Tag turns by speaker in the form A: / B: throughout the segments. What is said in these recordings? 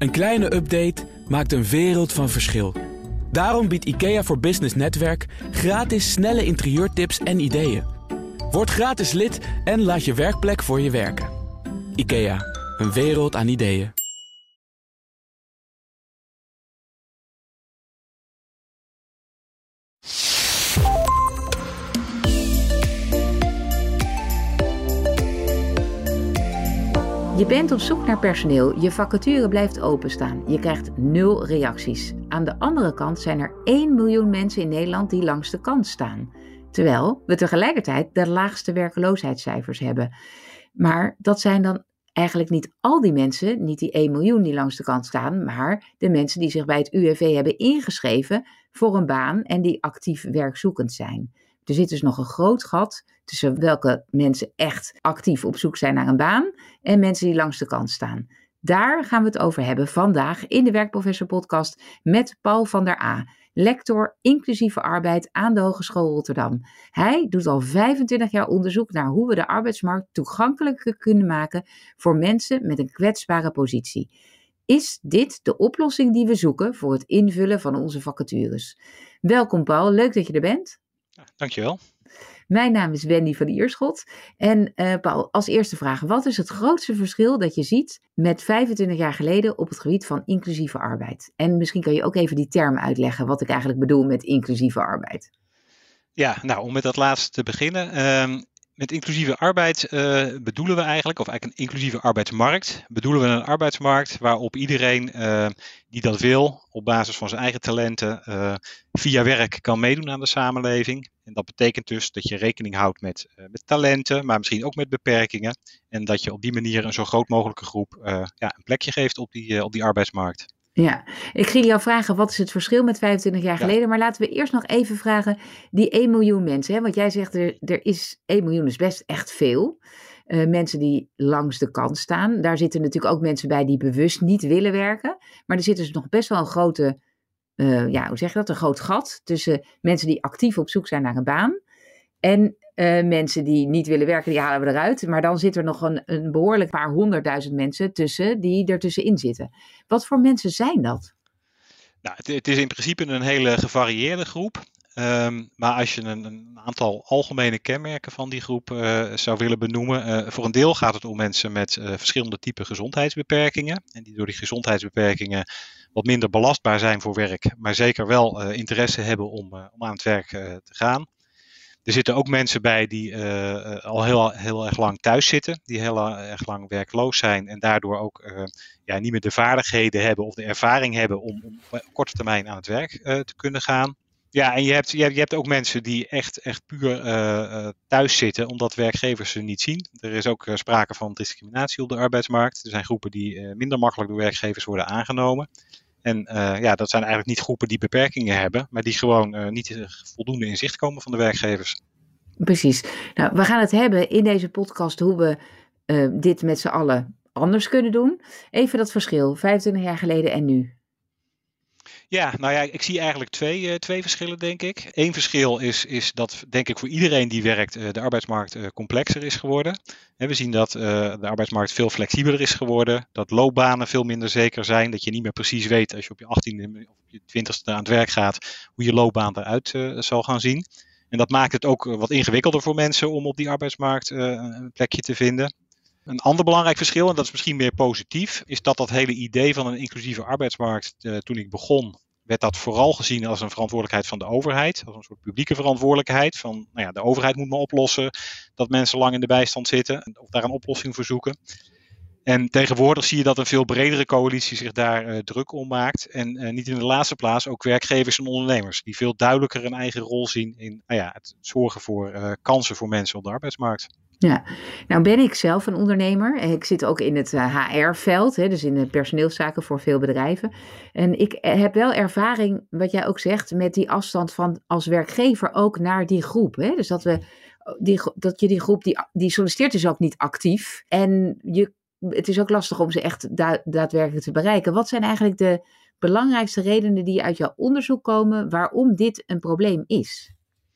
A: Een kleine update maakt een wereld van verschil. Daarom biedt IKEA voor Business Netwerk gratis snelle interieurtips en ideeën. Word gratis lid en laat je werkplek voor je werken. IKEA, een wereld aan ideeën.
B: Je bent op zoek naar personeel, je vacature blijft openstaan. Je krijgt 0 reacties. Aan de andere kant zijn er 1 miljoen mensen in Nederland die langs de kant staan. Terwijl we tegelijkertijd de laagste werkloosheidscijfers hebben. Maar dat zijn dan eigenlijk niet al die mensen, niet die 1 miljoen die langs de kant staan, maar de mensen die zich bij het UWV hebben ingeschreven voor een baan en die actief werkzoekend zijn. Er zit dus nog een groot gat tussen welke mensen echt actief op zoek zijn naar een baan en mensen die langs de kant staan. Daar gaan we het over hebben vandaag in de Werkprofessor podcast met Paul van der A, lector inclusieve arbeid aan de Hogeschool Rotterdam. Hij doet al 25 jaar onderzoek naar hoe we de arbeidsmarkt toegankelijker kunnen maken voor mensen met een kwetsbare positie. Is dit de oplossing die we zoeken voor het invullen van onze vacatures? Welkom Paul, leuk dat je er bent.
C: Dankjewel.
B: Mijn naam is Wendy van Ierschot. En Paul, als eerste vraag, wat is het grootste verschil dat je ziet met 25 jaar geleden op het gebied van inclusieve arbeid? En misschien kan je ook even die term uitleggen, wat ik eigenlijk bedoel met inclusieve arbeid.
C: Ja, nou om met dat laatste te beginnen. Met inclusieve arbeid bedoelen we eigenlijk, of eigenlijk een inclusieve arbeidsmarkt, bedoelen we een arbeidsmarkt waarop iedereen die dat wil, op basis van zijn eigen talenten, via werk kan meedoen aan de samenleving. En dat betekent dus dat je rekening houdt met talenten, maar misschien ook met beperkingen. En dat je op die manier een zo groot mogelijke groep een plekje geeft op die arbeidsmarkt.
B: Ja, ik ging jou vragen, wat is het verschil met 25 jaar geleden? Maar laten we eerst nog even vragen, die 1 miljoen mensen. Hè? Want jij zegt, er is 1 miljoen is best echt veel. Mensen die langs de kant staan. Daar zitten natuurlijk ook mensen bij die bewust niet willen werken. Maar er zit dus nog best wel een grote, hoe zeg je dat? Een groot gat tussen mensen die actief op zoek zijn naar een baan. En mensen die niet willen werken, die halen we eruit. Maar dan zit er nog een behoorlijk paar 100.000 mensen tussen die ertussenin zitten. Wat voor mensen zijn dat?
C: Nou, het is in principe een hele gevarieerde groep. Maar als je een aantal algemene kenmerken van die groep zou willen benoemen. Voor een deel gaat het om mensen met verschillende typen gezondheidsbeperkingen. En die door die gezondheidsbeperkingen wat minder belastbaar zijn voor werk. Maar zeker wel interesse hebben om aan het werk te gaan. Er zitten ook mensen bij die al heel erg lang thuis zitten. Die heel erg lang werkloos zijn. En daardoor ook niet meer de vaardigheden hebben of de ervaring hebben om op korte termijn aan het werk te kunnen gaan. Ja, en je hebt ook mensen die echt puur thuis zitten omdat werkgevers ze niet zien. Er is ook sprake van discriminatie op de arbeidsmarkt. Er zijn groepen die minder makkelijk door werkgevers worden aangenomen. En dat zijn eigenlijk niet groepen die beperkingen hebben, maar die gewoon niet voldoende in zicht komen van de werkgevers.
B: Precies. Nou, we gaan het hebben in deze podcast hoe we dit met z'n allen anders kunnen doen. Even dat verschil, 25 jaar geleden en nu.
C: Ja, nou ja, ik zie eigenlijk twee verschillen, denk ik. Eén verschil is dat, denk ik, voor iedereen die werkt, de arbeidsmarkt complexer is geworden. We zien dat de arbeidsmarkt veel flexibeler is geworden. Dat loopbanen veel minder zeker zijn. Dat je niet meer precies weet als je op je 18e of je 20e aan het werk gaat, hoe je loopbaan eruit zal gaan zien. En dat maakt het ook wat ingewikkelder voor mensen om op die arbeidsmarkt een plekje te vinden. Een ander belangrijk verschil, en dat is misschien meer positief, is dat hele idee van een inclusieve arbeidsmarkt, toen ik begon, werd dat vooral gezien als een verantwoordelijkheid van de overheid. Als een soort publieke verantwoordelijkheid. Van, de overheid moet maar oplossen dat mensen lang in de bijstand zitten. Of daar een oplossing voor zoeken. En tegenwoordig zie je dat een veel bredere coalitie zich daar druk om maakt. En niet in de laatste plaats ook werkgevers en ondernemers. Die veel duidelijker een eigen rol zien in het zorgen voor kansen voor mensen op de arbeidsmarkt.
B: Ja, nou ben ik zelf een ondernemer. Ik zit ook in het HR-veld, dus in de personeelszaken voor veel bedrijven. En ik heb wel ervaring, wat jij ook zegt, met die afstand van als werkgever ook naar die groep. Hè? Dus dat je die groep, die solliciteert dus ook niet actief. En het is ook lastig om ze echt daadwerkelijk te bereiken. Wat zijn eigenlijk de belangrijkste redenen die uit jouw onderzoek komen waarom dit een probleem is?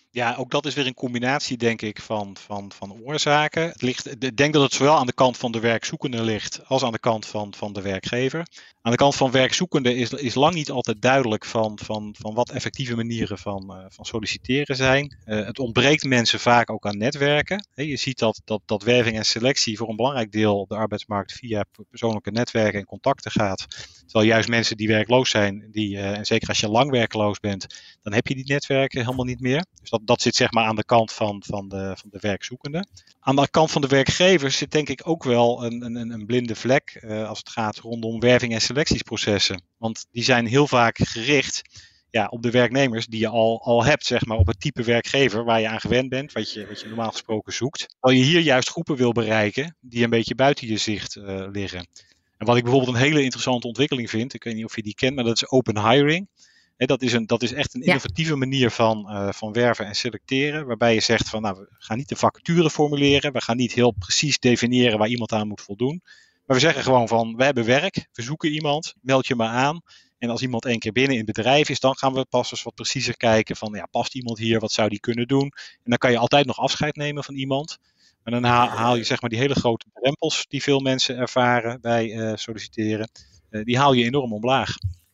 C: Ja, ook dat is weer een combinatie, denk ik, van oorzaken. Ik denk dat het zowel aan de kant van de werkzoekende ligt als aan de kant van de werkgever. Aan de kant van werkzoekende is lang niet altijd duidelijk van wat effectieve manieren van solliciteren zijn. Het ontbreekt mensen vaak ook aan netwerken. Je ziet dat werving en selectie voor een belangrijk deel op de arbeidsmarkt via persoonlijke netwerken en contacten gaat. Terwijl juist mensen die werkloos zijn, en zeker als je lang werkloos bent, dan heb je die netwerken helemaal niet meer. Dus dat zit zeg maar aan de kant van de werkzoekende. Aan de kant van de werkgevers zit denk ik ook wel een blinde vlek als het gaat rondom werving- en selectiesprocessen. Want die zijn heel vaak gericht op de werknemers die je al hebt, zeg maar, op het type werkgever waar je aan gewend bent, wat je normaal gesproken zoekt. Terwijl je hier juist groepen wil bereiken die een beetje buiten je zicht liggen. En wat ik bijvoorbeeld een hele interessante ontwikkeling vind, ik weet niet of je die kent, maar dat is open hiring. Dat is echt een innovatieve manier van werven en selecteren. Waarbij je zegt van, we gaan niet de vacature formuleren. We gaan niet heel precies definiëren waar iemand aan moet voldoen. Maar we zeggen gewoon van, we hebben werk. We zoeken iemand. Meld je maar aan. En als iemand 1 keer binnen in het bedrijf is, dan gaan we pas eens wat preciezer kijken van, past iemand hier? Wat zou die kunnen doen? En dan kan je altijd nog afscheid nemen van iemand. Maar dan haal je zeg maar die hele grote drempels die veel mensen ervaren bij solliciteren. Die haal je enorm omlaag.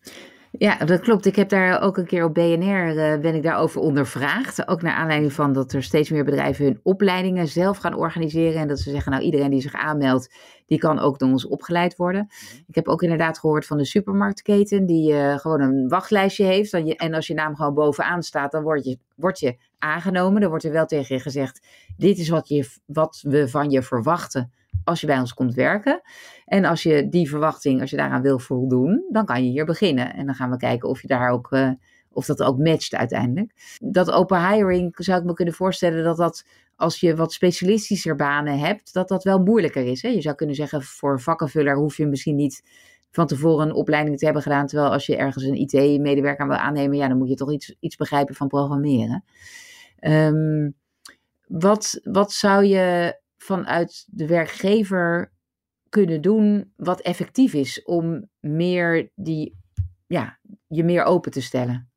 B: Ja, dat klopt. Ik heb daar ook een keer op BNR ben ik daarover ondervraagd. Ook naar aanleiding van dat er steeds meer bedrijven hun opleidingen zelf gaan organiseren. En dat ze zeggen, iedereen die zich aanmeldt, die kan ook door ons opgeleid worden. Ik heb ook inderdaad gehoord van de supermarktketen die gewoon een wachtlijstje heeft. En als je naam gewoon bovenaan staat, dan word je aangenomen. Dan wordt er wel tegen je gezegd, dit is wat we van je verwachten als je bij ons komt werken. En als je die verwachting, als je daaraan wil voldoen, dan kan je hier beginnen. En dan gaan we kijken of je daar ook, of dat ook matcht uiteindelijk. Dat open hiring zou ik me kunnen voorstellen dat als je wat specialistischer banen hebt, dat wel moeilijker is. Hè? Je zou kunnen zeggen, voor vakkenvuller hoef je misschien niet van tevoren een opleiding te hebben gedaan. Terwijl als je ergens een IT-medewerker wil aannemen, dan moet je toch iets begrijpen van programmeren. Wat zou je vanuit de werkgever kunnen doen wat effectief is om je meer open te stellen?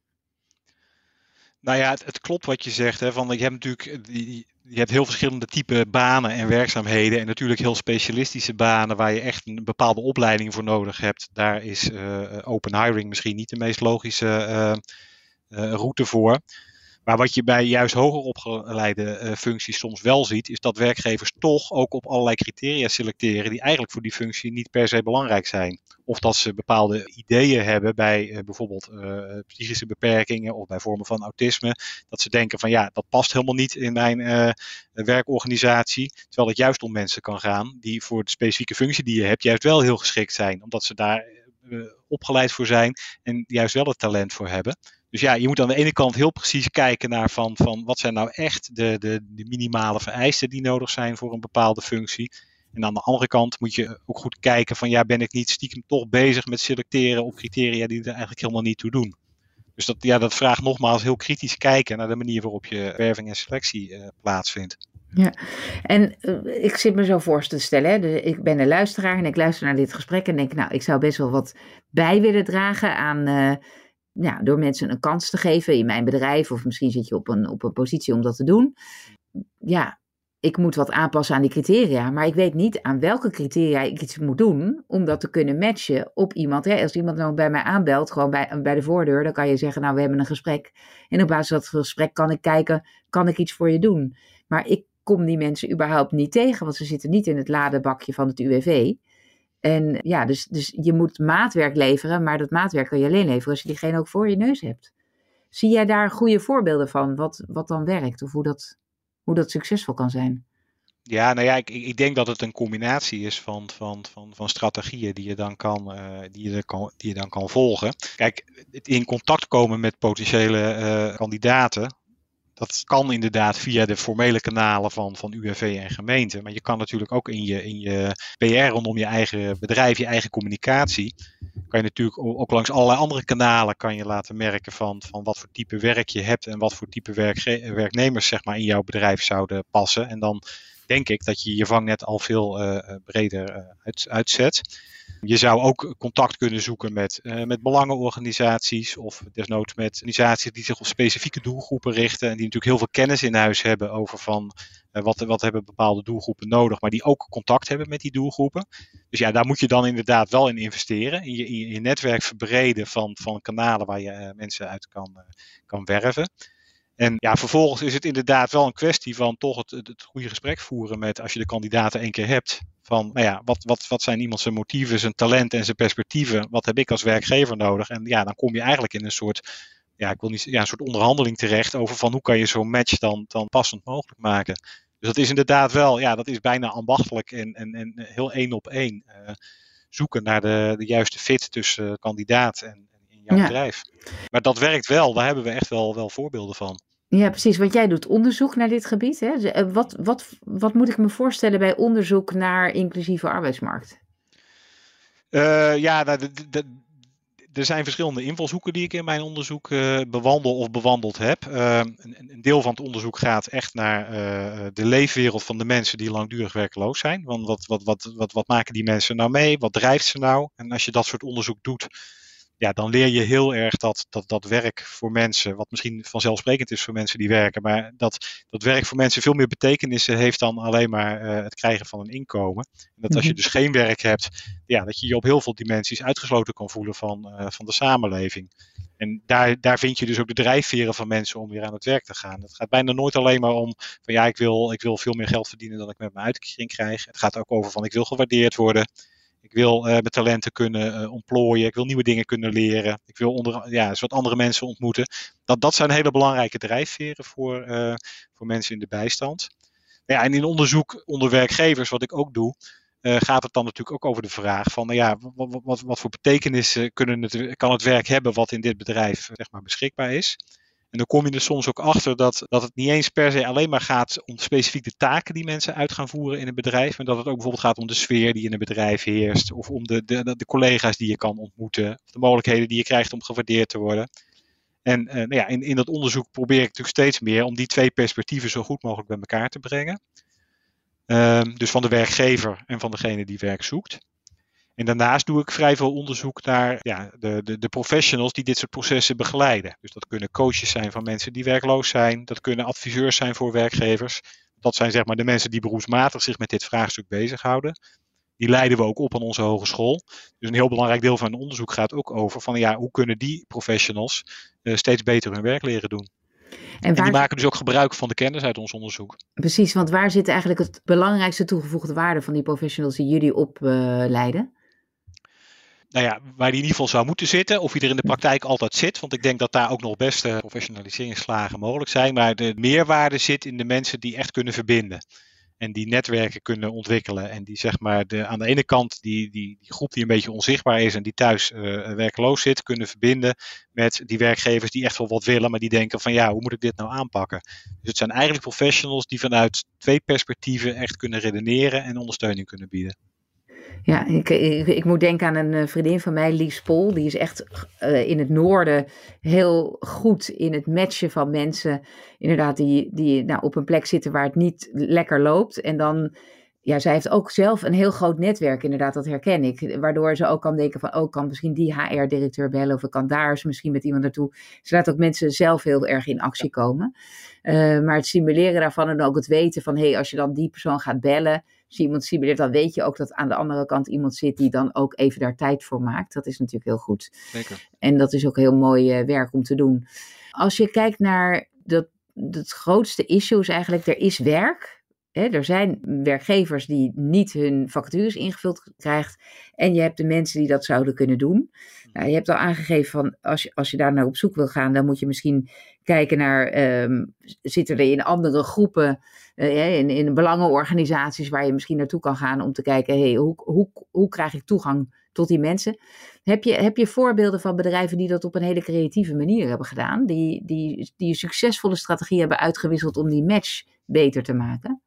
C: Nou ja, het klopt wat je zegt. Hè, je hebt natuurlijk je hebt heel verschillende type banen en werkzaamheden. En natuurlijk heel specialistische banen waar je echt een bepaalde opleiding voor nodig hebt. Daar is open hiring misschien niet de meest logische route voor. Maar wat je bij juist hoger opgeleide functies soms wel ziet, is dat werkgevers toch ook op allerlei criteria selecteren die eigenlijk voor die functie niet per se belangrijk zijn. Of dat ze bepaalde ideeën hebben bij bijvoorbeeld psychische beperkingen of bij vormen van autisme. Dat ze denken van dat past helemaal niet in mijn werkorganisatie. Terwijl het juist om mensen kan gaan die voor de specifieke functie die je hebt juist wel heel geschikt zijn. Omdat ze daar opgeleid voor zijn en juist wel het talent voor hebben. Dus je moet aan de ene kant heel precies kijken naar van wat zijn nou echt de minimale vereisten die nodig zijn voor een bepaalde functie. En aan de andere kant moet je ook goed kijken van ben ik niet stiekem toch bezig met selecteren op criteria die er eigenlijk helemaal niet toe doen. Dus dat vraagt nogmaals heel kritisch kijken naar de manier waarop je werving en selectie plaatsvindt.
B: Ja, en ik zit me zo voor te stellen, hè? Dus ik ben een luisteraar en ik luister naar dit gesprek en denk, ik zou best wel wat bij willen dragen aan, door mensen een kans te geven in mijn bedrijf, of misschien zit je op een positie om dat te doen. Ja, ik moet wat aanpassen aan die criteria, maar ik weet niet aan welke criteria ik iets moet doen om dat te kunnen matchen op iemand. Hè? Als iemand nou bij mij aanbelt, gewoon bij de voordeur, dan kan je zeggen, we hebben een gesprek. En op basis van dat gesprek kan ik kijken, kan ik iets voor je doen? Maar ik kom die mensen überhaupt niet tegen, want ze zitten niet in het ladebakje van het UWV. En dus je moet maatwerk leveren, maar dat maatwerk kan je alleen leveren als je diegene ook voor je neus hebt. Zie jij daar goede voorbeelden van, wat dan werkt, of hoe dat succesvol kan zijn?
C: Ja, ik denk dat het een combinatie is van strategieën die je dan kan volgen. Kijk, het in contact komen met potentiële kandidaten, dat kan inderdaad via de formele kanalen van UWV en gemeente. Maar je kan natuurlijk ook in je PR rondom je eigen bedrijf, je eigen communicatie, kan je natuurlijk ook langs allerlei andere kanalen kan je laten merken van wat voor type werk je hebt en wat voor type werknemers zeg maar in jouw bedrijf zouden passen. En dan denk ik dat je je vangnet al veel breder uitzet. Je zou ook contact kunnen zoeken met belangenorganisaties of desnoods met organisaties die zich op specifieke doelgroepen richten en die natuurlijk heel veel kennis in huis hebben over van wat hebben bepaalde doelgroepen nodig, maar die ook contact hebben met die doelgroepen. Dus ja, daar moet je dan inderdaad wel in investeren, in je netwerk verbreden van kanalen waar je mensen uit kan werven. En ja, vervolgens is het inderdaad wel een kwestie van toch het goede gesprek voeren met, als je de kandidaten 1 keer hebt, van nou ja, wat zijn iemand zijn motieven, zijn talent en zijn perspectieven, wat heb ik als werkgever nodig? En ja, dan kom je eigenlijk in een soort, een soort onderhandeling terecht over van hoe kan je zo'n match dan passend mogelijk maken. Dus dat is inderdaad wel, ja, dat is bijna ambachtelijk en heel 1 op 1 zoeken naar de juiste fit tussen kandidaat en jouw bedrijf. Maar dat werkt wel, daar hebben we echt wel voorbeelden van.
B: Ja, precies, want jij doet onderzoek naar dit gebied. Hè? Wat moet ik me voorstellen bij onderzoek naar inclusieve arbeidsmarkt?
C: Er zijn verschillende invalshoeken die ik in mijn onderzoek bewandel of bewandeld heb. Een deel van het onderzoek gaat echt naar de leefwereld van de mensen die langdurig werkloos zijn. Want wat maken die mensen nou mee? Wat drijft ze nou? En als je dat soort onderzoek doet, ja, dan leer je heel erg dat werk voor mensen, wat misschien vanzelfsprekend is voor mensen die werken, maar dat werk voor mensen veel meer betekenissen heeft dan alleen maar het krijgen van een inkomen. En dat als je dus geen werk hebt, ja, dat je je op heel veel dimensies uitgesloten kan voelen van de samenleving. En daar vind je dus ook de drijfveren van mensen om weer aan het werk te gaan. Het gaat bijna nooit alleen maar om van ja, ik wil veel meer geld verdienen dan ik met mijn uitkering krijg. Het gaat ook over van ik wil gewaardeerd worden. Ik wil mijn talenten kunnen ontplooien. Ik wil nieuwe dingen kunnen leren. Ik wil wat andere mensen ontmoeten. Dat zijn hele belangrijke drijfveren voor mensen in de bijstand. Ja, en in onderzoek onder werkgevers, wat ik ook doe, gaat het dan natuurlijk ook over de vraag van, wat voor betekenissen kan het werk hebben wat in dit bedrijf zeg maar beschikbaar is. En dan kom je er soms ook achter dat het niet eens per se alleen maar gaat om specifiek de taken die mensen uit gaan voeren in een bedrijf. Maar dat het ook bijvoorbeeld gaat om de sfeer die in een bedrijf heerst. Of om de collega's die je kan ontmoeten. Of de mogelijkheden die je krijgt om gewaardeerd te worden. En in dat onderzoek probeer ik natuurlijk steeds meer om die 2 perspectieven zo goed mogelijk bij elkaar te brengen. Dus van de werkgever en van degene die werk zoekt. En daarnaast doe ik vrij veel onderzoek naar de professionals die dit soort processen begeleiden. Dus dat kunnen coaches zijn van mensen die werkloos zijn. Dat kunnen adviseurs zijn voor werkgevers. Dat zijn zeg maar de mensen die beroepsmatig zich met dit vraagstuk bezighouden. Die leiden we ook op aan onze hogeschool. Dus een heel belangrijk deel van het onderzoek gaat ook over van hoe kunnen die professionals steeds beter hun werk leren doen. En die maken dus ook gebruik van de kennis uit ons onderzoek.
B: Precies, want waar zit eigenlijk het belangrijkste toegevoegde waarde van die professionals die jullie opleiden?
C: Nou ja, waar die in ieder geval zou moeten zitten, of die er in de praktijk altijd zit, want ik denk dat daar ook nog best professionaliseringsslagen mogelijk zijn, maar de meerwaarde zit in de mensen die echt kunnen verbinden en die netwerken kunnen ontwikkelen en die zeg maar aan de ene kant die groep die een beetje onzichtbaar is en die thuis werkloos zit, kunnen verbinden met die werkgevers die echt wel wat willen, maar die denken van hoe moet ik dit nou aanpakken? Dus het zijn eigenlijk professionals die vanuit 2 perspectieven echt kunnen redeneren en ondersteuning kunnen bieden.
B: Ja, ik moet denken aan een vriendin van mij, Lies Pol. Die is echt in het noorden heel goed in het matchen van mensen. Inderdaad, die op een plek zitten waar het niet lekker loopt. En dan, zij heeft ook zelf een heel groot netwerk, inderdaad, dat herken ik. Waardoor ze ook kan denken van, ik kan misschien die HR-directeur bellen. Of ik kan daar eens misschien met iemand naartoe. Ze laat ook mensen zelf heel erg in actie komen. Maar het simuleren daarvan en ook het weten van, als je dan die persoon gaat bellen, als je iemand simuleert, dan weet je ook dat aan de andere kant iemand zit die dan ook even daar tijd voor maakt. Dat is natuurlijk heel goed.
C: Zeker.
B: En dat is ook heel mooi werk om te doen. Als je kijkt naar het grootste issue is eigenlijk, er is werk. Er zijn werkgevers die niet hun vacatures ingevuld krijgt. En je hebt de mensen die dat zouden kunnen doen. Nou, je hebt al aangegeven van als je daar naar op zoek wil gaan, dan moet je misschien kijken naar, zitten er in andere groepen, in belangenorganisaties waar je misschien naartoe kan gaan om te kijken, hoe krijg ik toegang tot die mensen? Heb je voorbeelden van bedrijven die dat op een hele creatieve manier hebben gedaan? Die een succesvolle strategie hebben uitgewisseld om die match beter te maken?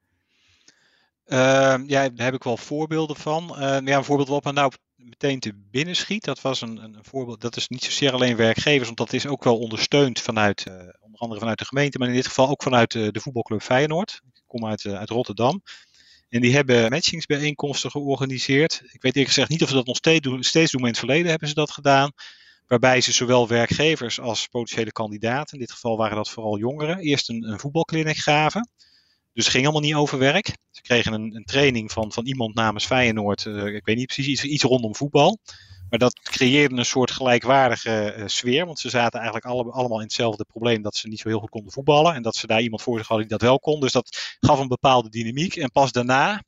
C: Daar heb ik wel voorbeelden van. Een voorbeeld wat me nou meteen te binnen schiet, dat was een voorbeeld. Dat is niet zozeer alleen werkgevers, want dat is ook wel ondersteund vanuit, onder andere vanuit de gemeente, maar in dit geval ook vanuit de voetbalclub Feyenoord. Ik kom uit Rotterdam. En die hebben matchingsbijeenkomsten georganiseerd. Ik weet eerlijk gezegd niet of ze dat nog steeds doen, maar in het verleden hebben ze dat gedaan. Waarbij ze zowel werkgevers als potentiële kandidaten, in dit geval waren dat vooral jongeren, eerst een voetbalkliniek gaven. Dus het ging allemaal niet over werk. Ze kregen een training van iemand namens Feyenoord. Ik weet niet precies, iets rondom voetbal. Maar dat creëerde een soort gelijkwaardige sfeer. Want ze zaten eigenlijk allemaal in hetzelfde probleem. Dat ze niet zo heel goed konden voetballen. En dat ze daar iemand voor zich hadden die dat wel kon. Dus dat gaf een bepaalde dynamiek. En pas daarna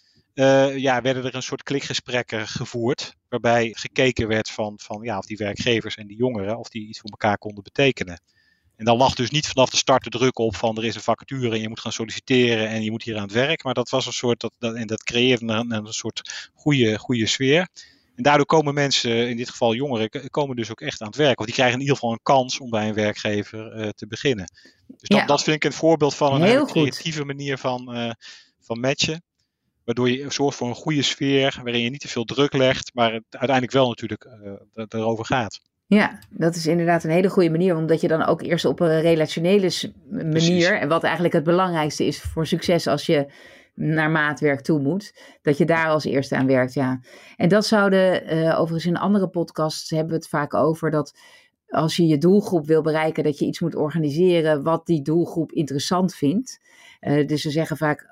C: werden er een soort klikgesprekken gevoerd. Waarbij gekeken werd van of die werkgevers en die jongeren, of die iets voor elkaar konden betekenen. En dan lag dus niet vanaf de start de druk op van er is een vacature en je moet gaan solliciteren en je moet hier aan het werk. Maar dat was een soort, dat creëerde een soort goede sfeer. En daardoor komen mensen, in dit geval jongeren, komen dus ook echt aan het werk. Of die krijgen in ieder geval een kans om bij een werkgever te beginnen. Dus dat vind ik een voorbeeld van een hele creatieve manier van matchen. Waardoor je zorgt voor een goede sfeer, waarin je niet te veel druk legt, maar het uiteindelijk wel natuurlijk erover gaat.
B: Ja, dat is inderdaad een hele goede manier, omdat je dan ook eerst op een relationele manier, precies. En wat eigenlijk het belangrijkste is voor succes als je naar maatwerk toe moet, dat je daar als eerste aan werkt, ja. En dat zouden, overigens in andere podcasts hebben we het vaak over, dat als je je doelgroep wil bereiken, dat je iets moet organiseren wat die doelgroep interessant vindt. Dus ze zeggen vaak,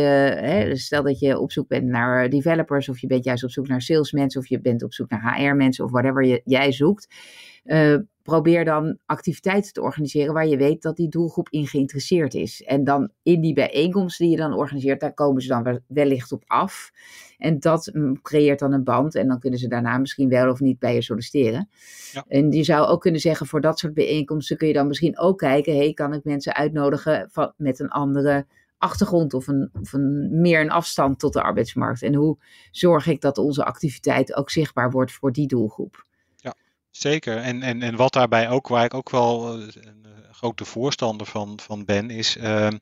B: stel dat je op zoek bent naar developers, of je bent juist op zoek naar salesmensen, of je bent op zoek naar HR-mensen, of whatever jij zoekt. Probeer dan activiteiten te organiseren waar je weet dat die doelgroep in geïnteresseerd is. En dan in die bijeenkomsten die je dan organiseert, daar komen ze dan wellicht op af. En dat creëert dan een band en dan kunnen ze daarna misschien wel of niet bij je solliciteren. Ja. En je zou ook kunnen zeggen, voor dat soort bijeenkomsten kun je dan misschien ook kijken, kan ik mensen uitnodigen met een andere achtergrond of meer een afstand tot de arbeidsmarkt. En hoe zorg ik dat onze activiteit ook zichtbaar wordt voor die doelgroep?
C: Zeker. En wat daarbij ook, waar ik ook wel een grote voorstander van ben, is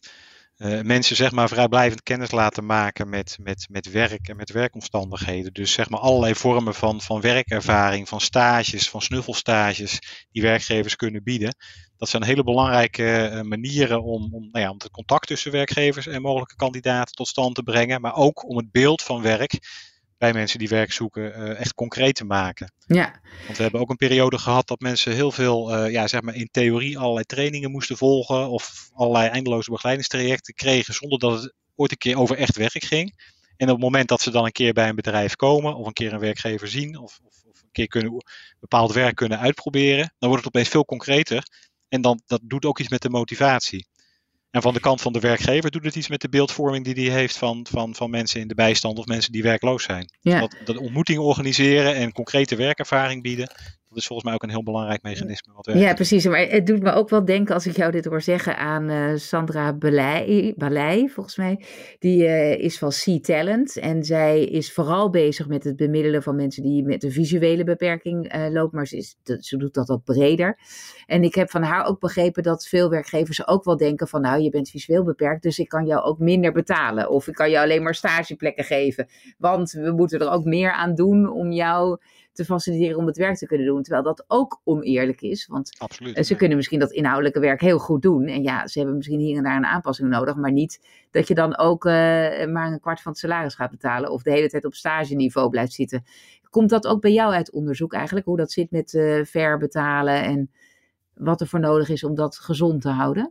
C: mensen zeg maar vrijblijvend kennis laten maken met werk en met werkomstandigheden. Dus zeg maar allerlei vormen van werkervaring, van stages, van snuffelstages die werkgevers kunnen bieden. Dat zijn hele belangrijke manieren om het contact tussen werkgevers en mogelijke kandidaten tot stand te brengen. Maar ook om het beeld van werk bij mensen die werk zoeken echt concreet te maken. Ja. Want we hebben ook een periode gehad dat mensen heel veel in theorie allerlei trainingen moesten volgen of allerlei eindeloze begeleidigingstrajecten kregen zonder dat het ooit een keer over echt werk ging. En op het moment dat ze dan een keer bij een bedrijf komen of een keer een werkgever zien of een keer bepaald werk kunnen uitproberen, dan wordt het opeens veel concreter en dat doet ook iets met de motivatie. En van de kant van de werkgever doet het iets met de beeldvorming die hij heeft van mensen in de bijstand of mensen die werkloos zijn. Ja. Dus dat ontmoeting organiseren en concrete werkervaring bieden, dat is volgens mij ook een heel belangrijk mechanisme.
B: Ja, precies. Maar het doet me ook wel denken, als ik jou dit hoor zeggen, aan Sandra Balei, volgens mij. Die is van C-Talent en zij is vooral bezig met het bemiddelen van mensen die met een visuele beperking lopen, maar ze doet dat ook breder. En ik heb van haar ook begrepen dat veel werkgevers ook wel denken van, je bent visueel beperkt, dus ik kan jou ook minder betalen. Of ik kan jou alleen maar stageplekken geven. Want we moeten er ook meer aan doen om jou te faciliteren om het werk te kunnen doen. Terwijl dat ook oneerlijk is. Want absoluut, ze kunnen misschien dat inhoudelijke werk heel goed doen. En ze hebben misschien hier en daar een aanpassing nodig. Maar niet dat je dan ook maar een kwart van het salaris gaat betalen. Of de hele tijd op stageniveau blijft zitten. Komt dat ook bij jou uit onderzoek eigenlijk? Hoe dat zit met fair betalen en wat er voor nodig is om dat gezond te houden?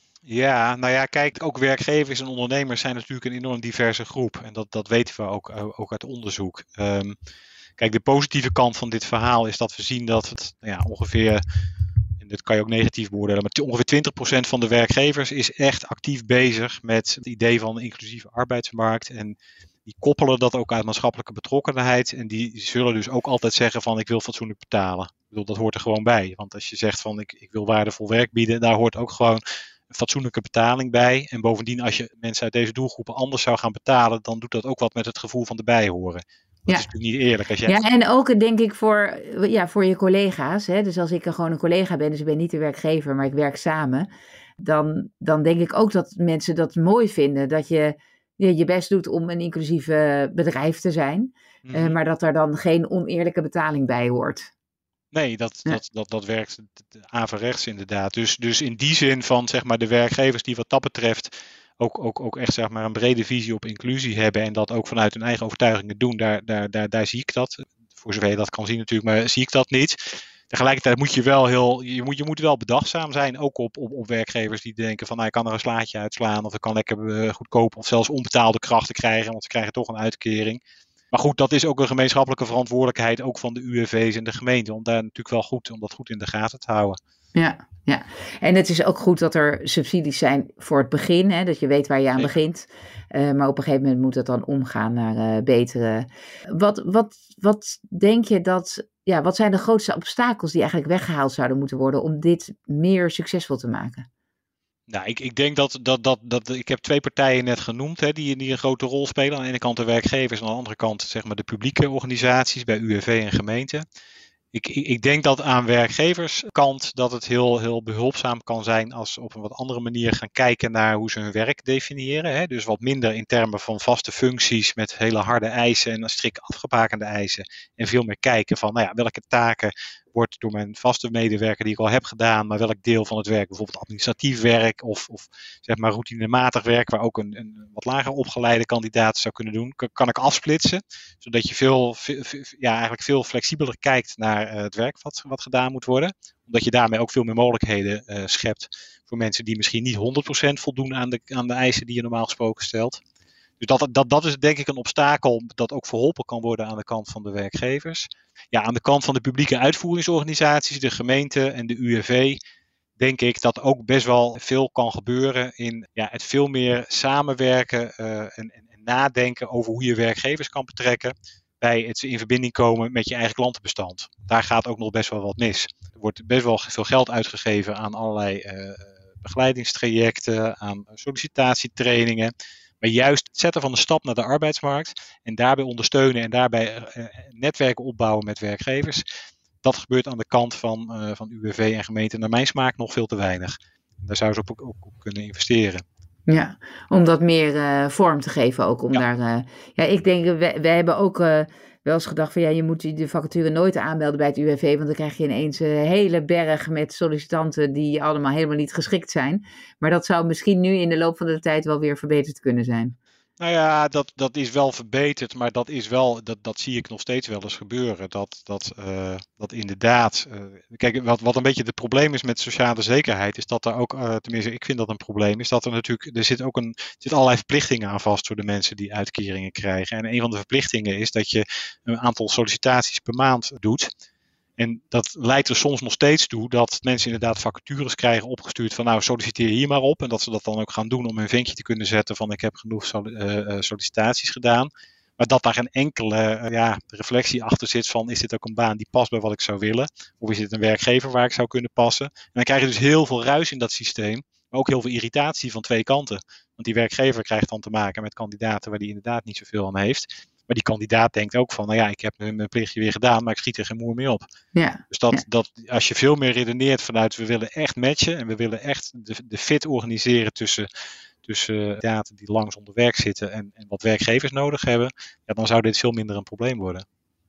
C: Ja, kijk, ook werkgevers en ondernemers zijn natuurlijk een enorm diverse groep. En dat weten we ook uit onderzoek. Kijk, de positieve kant van dit verhaal is dat we zien dat het ongeveer, en dit kan je ook negatief beoordelen, maar ongeveer 20% van de werkgevers is echt actief bezig met het idee van een inclusieve arbeidsmarkt. En die koppelen dat ook uit maatschappelijke betrokkenheid. En die zullen dus ook altijd zeggen van ik wil fatsoenlijk betalen. Ik bedoel, dat hoort er gewoon bij. Want als je zegt van ik wil waardevol werk bieden, daar hoort ook gewoon een fatsoenlijke betaling bij. En bovendien, als je mensen uit deze doelgroepen anders zou gaan betalen, dan doet dat ook wat met het gevoel van erbij horen. Dat is natuurlijk niet eerlijk. Als jij...
B: Ja, en ook denk ik voor je collega's. Hè? Dus als ik gewoon een collega ben, dus ik ben niet de werkgever, maar ik werk samen. Dan denk ik ook dat mensen dat mooi vinden. Dat je je best doet om een inclusief bedrijf te zijn. Mm-hmm. Maar dat er dan geen oneerlijke betaling bij hoort.
C: Nee, dat werkt averechts inderdaad. Dus in die zin van zeg maar de werkgevers die wat dat betreft ook echt zeg maar een brede visie op inclusie hebben en dat ook vanuit hun eigen overtuigingen doen, daar zie ik dat. Voor zover je dat kan zien natuurlijk, maar zie ik dat niet. Tegelijkertijd moet je wel je moet wel bedachtzaam zijn, ook op werkgevers die denken van ik kan er een slaatje uitslaan of ik kan lekker goedkoop of zelfs onbetaalde krachten krijgen, want ze krijgen toch een uitkering. Maar goed, dat is ook een gemeenschappelijke verantwoordelijkheid ook van de UWV's en de gemeente om daar natuurlijk wel om dat goed in de gaten te houden.
B: Ja. En het is ook goed dat er subsidies zijn voor het begin, hè, dat je weet waar je aan begint. Maar op een gegeven moment moet het dan omgaan naar betere. Wat denk je wat zijn de grootste obstakels die eigenlijk weggehaald zouden moeten worden om dit meer succesvol te maken?
C: Nou, ik denk dat ik heb 2 partijen net genoemd die een grote rol spelen. Aan de ene kant de werkgevers en aan de andere kant zeg maar de publieke organisaties bij UWV en gemeenten. Ik denk dat aan werkgeverskant dat het heel behulpzaam kan zijn als ze op een wat andere manier gaan kijken naar hoe ze hun werk definiëren. Hè? Dus wat minder in termen van vaste functies met hele harde eisen en strikt afgebakende eisen. En veel meer kijken van welke taken wordt door mijn vaste medewerker die ik al heb gedaan, maar welk deel van het werk, bijvoorbeeld administratief werk of zeg maar routinematig werk, waar ook een wat lager opgeleide kandidaat zou kunnen doen, kan ik afsplitsen, zodat je eigenlijk veel flexibeler kijkt naar het werk wat gedaan moet worden. Omdat je daarmee ook veel meer mogelijkheden schept voor mensen die misschien niet 100% voldoen aan de eisen die je normaal gesproken stelt. Dus dat is denk ik een obstakel dat ook verholpen kan worden aan de kant van de werkgevers. Ja, aan de kant van de publieke uitvoeringsorganisaties, de gemeente en de UWV, denk ik dat ook best wel veel kan gebeuren in het veel meer samenwerken en nadenken over hoe je werkgevers kan betrekken bij het in verbinding komen met je eigen klantenbestand. Daar gaat ook nog best wel wat mis. Er wordt best wel veel geld uitgegeven aan allerlei begeleidingstrajecten, aan sollicitatietrainingen. Maar juist het zetten van de stap naar de arbeidsmarkt en daarbij ondersteunen en daarbij netwerken opbouwen met werkgevers, dat gebeurt aan de kant van UWV en gemeente naar mijn smaak nog veel te weinig. Daar zou ze ook op kunnen investeren.
B: Ja, om dat meer vorm te geven ook. Ik denk, we hebben ook wel eens gedacht van je moet de vacature nooit aanmelden bij het UWV, want dan krijg je ineens een hele berg met sollicitanten die allemaal helemaal niet geschikt zijn. Maar dat zou misschien nu in de loop van de tijd wel weer verbeterd kunnen zijn.
C: Nou ja, dat is wel verbeterd, maar dat zie ik nog steeds wel eens gebeuren. Dat inderdaad. Kijk, wat een beetje het probleem is met sociale zekerheid, is dat er ook, tenminste, ik vind dat een probleem, is dat er natuurlijk, er zit allerlei verplichtingen aan vast voor de mensen die uitkeringen krijgen. En een van de verplichtingen is dat je een aantal sollicitaties per maand doet. En dat leidt er soms nog steeds toe dat mensen inderdaad vacatures krijgen opgestuurd van solliciteer hier maar op. En dat ze dat dan ook gaan doen om hun vinkje te kunnen zetten van ik heb genoeg sollicitaties gedaan. Maar dat daar geen enkele reflectie achter zit van is dit ook een baan die past bij wat ik zou willen? Of is dit een werkgever waar ik zou kunnen passen? En dan krijg je dus heel veel ruis in dat systeem. Maar ook heel veel irritatie van 2 kanten. Want die werkgever krijgt dan te maken met kandidaten waar die inderdaad niet zoveel aan heeft. Maar die kandidaat denkt ook van, ik heb mijn plichtje weer gedaan, maar ik schiet er geen moer mee op.
B: Ja.
C: Dus dat als je veel meer redeneert vanuit, we willen echt matchen en we willen echt de fit organiseren tussen kandidaten die lang zonder werk zitten en wat werkgevers nodig hebben, dan zou dit veel minder een probleem worden.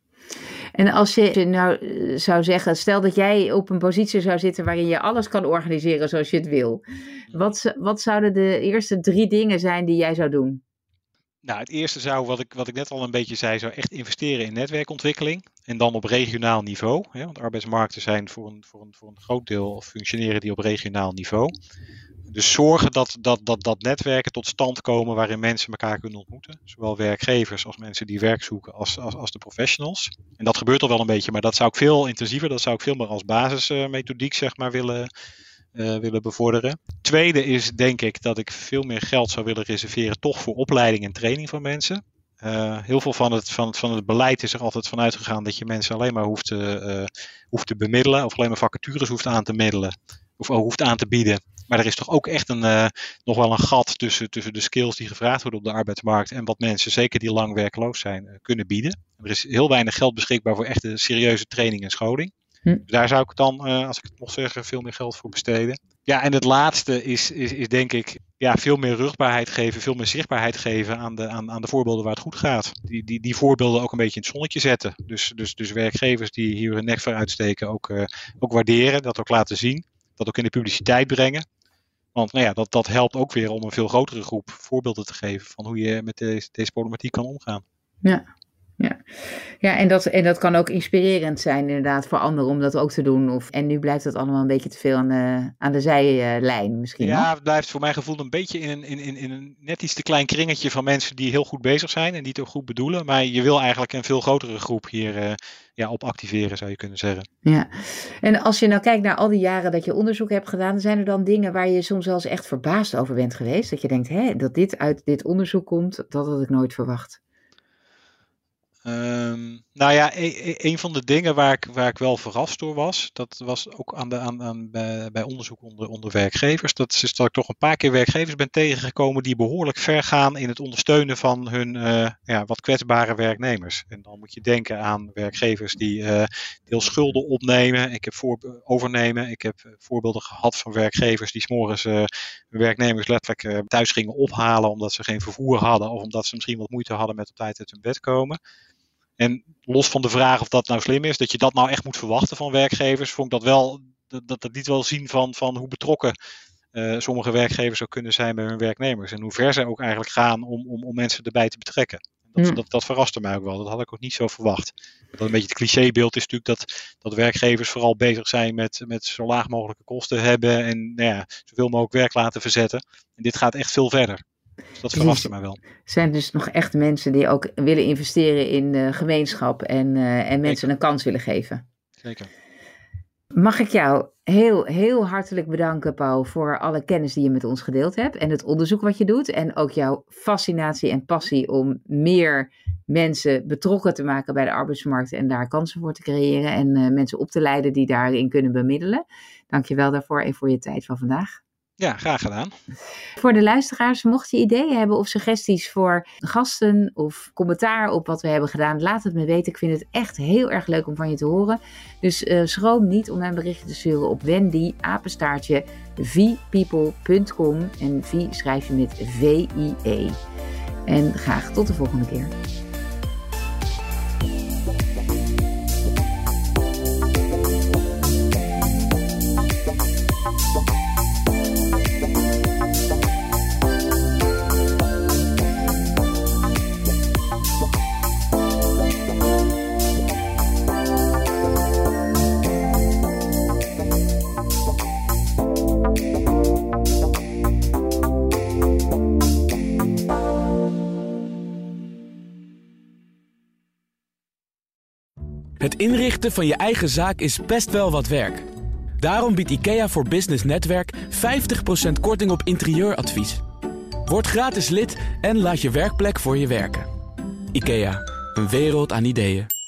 B: En als je nou zou zeggen, stel dat jij op een positie zou zitten waarin je alles kan organiseren zoals je het wil. Wat zouden de eerste 3 dingen zijn die jij zou doen?
C: Nou, het eerste zou, wat ik net al een beetje zei, zou echt investeren in netwerkontwikkeling. En dan op regionaal niveau. Hè, want arbeidsmarkten zijn voor een groot deel functioneren die op regionaal niveau. Dus zorgen dat netwerken tot stand komen waarin mensen elkaar kunnen ontmoeten. Zowel werkgevers als mensen die werk zoeken als de professionals. En dat gebeurt al wel een beetje, maar dat zou ik veel intensiever, dat zou ik veel meer als basismethodiek zeg maar willen bevorderen. Tweede is denk ik dat ik veel meer geld zou willen reserveren toch voor opleiding en training van mensen. Heel veel van het beleid is er altijd van uitgegaan dat je mensen alleen maar hoeft te bemiddelen of alleen maar vacatures hoeft aan te middelen of hoeft aan te bieden. Maar er is toch ook echt nog wel een gat tussen de skills die gevraagd worden op de arbeidsmarkt en wat mensen, zeker die lang werkloos zijn, kunnen bieden. Er is heel weinig geld beschikbaar voor echte serieuze training en scholing. Dus daar zou ik dan, als ik het mocht zeggen, veel meer geld voor besteden. Ja, en het laatste is denk ik veel meer rugbaarheid geven, veel meer zichtbaarheid geven aan de voorbeelden waar het goed gaat. Die voorbeelden ook een beetje in het zonnetje zetten. Dus werkgevers die hier hun nek voor uitsteken ook waarderen, dat ook laten zien. Dat ook in de publiciteit brengen. Want dat helpt ook weer om een veel grotere groep voorbeelden te geven van hoe je met deze problematiek kan omgaan.
B: Ja, en dat kan ook inspirerend zijn inderdaad voor anderen om dat ook te doen. En nu blijft dat allemaal een beetje te veel aan de zijlijn misschien.
C: Ja, het blijft voor mijn gevoel een beetje in een net iets te klein kringetje van mensen die heel goed bezig zijn en die het ook goed bedoelen. Maar je wil eigenlijk een veel grotere groep hier op activeren, zou je kunnen zeggen.
B: Ja, en als je nou kijkt naar al die jaren dat je onderzoek hebt gedaan, zijn er dan dingen waar je soms wel eens echt verbaasd over bent geweest? Dat je denkt, dat dit uit dit onderzoek komt, dat had ik nooit verwacht.
C: Een van de dingen waar ik wel verrast door was, dat was ook bij onderzoek onder werkgevers. Dat is dat ik toch een paar keer werkgevers ben tegengekomen die behoorlijk ver gaan in het ondersteunen van hun wat kwetsbare werknemers. En dan moet je denken aan werkgevers die deels schulden opnemen. Overnemen. Ik heb voorbeelden gehad van werkgevers die 's morgens werknemers letterlijk thuis gingen ophalen omdat ze geen vervoer hadden of omdat ze misschien wat moeite hadden met op tijd uit hun bed komen. En los van de vraag of dat nou slim is, dat je dat nou echt moet verwachten van werkgevers, vond ik dat liet wel zien van hoe betrokken sommige werkgevers ook kunnen zijn bij hun werknemers. En hoe ver zij ook eigenlijk gaan om mensen erbij te betrekken. Dat verraste mij ook wel. Dat had ik ook niet zo verwacht. Dat een beetje het clichébeeld is natuurlijk dat werkgevers vooral bezig zijn met zo laag mogelijke kosten hebben en zoveel mogelijk werk laten verzetten. En dit gaat echt veel verder. Dus dat verraste mij wel.
B: Zijn dus nog echt mensen die ook willen investeren in gemeenschap en mensen een kans willen geven.
C: Zeker.
B: Mag ik jou heel, heel hartelijk bedanken, Paul, voor alle kennis die je met ons gedeeld hebt en het onderzoek wat je doet en ook jouw fascinatie en passie om meer mensen betrokken te maken bij de arbeidsmarkt en daar kansen voor te creëren en mensen op te leiden die daarin kunnen bemiddelen. Dank je wel daarvoor en voor je tijd van vandaag.
C: Ja, graag gedaan.
B: Voor de luisteraars, mocht je ideeën hebben of suggesties voor gasten of commentaar op wat we hebben gedaan, laat het me weten. Ik vind het echt heel erg leuk om van je te horen. Dus schroom niet om een berichtje te sturen op wendy@vpeople.com en V schrijf je met V-I-E. En graag tot de volgende keer.
A: Het inrichten van je eigen zaak is best wel wat werk. Daarom biedt IKEA voor Business Netwerk 50% korting op interieuradvies. Word gratis lid en laat je werkplek voor je werken. IKEA, een wereld aan ideeën.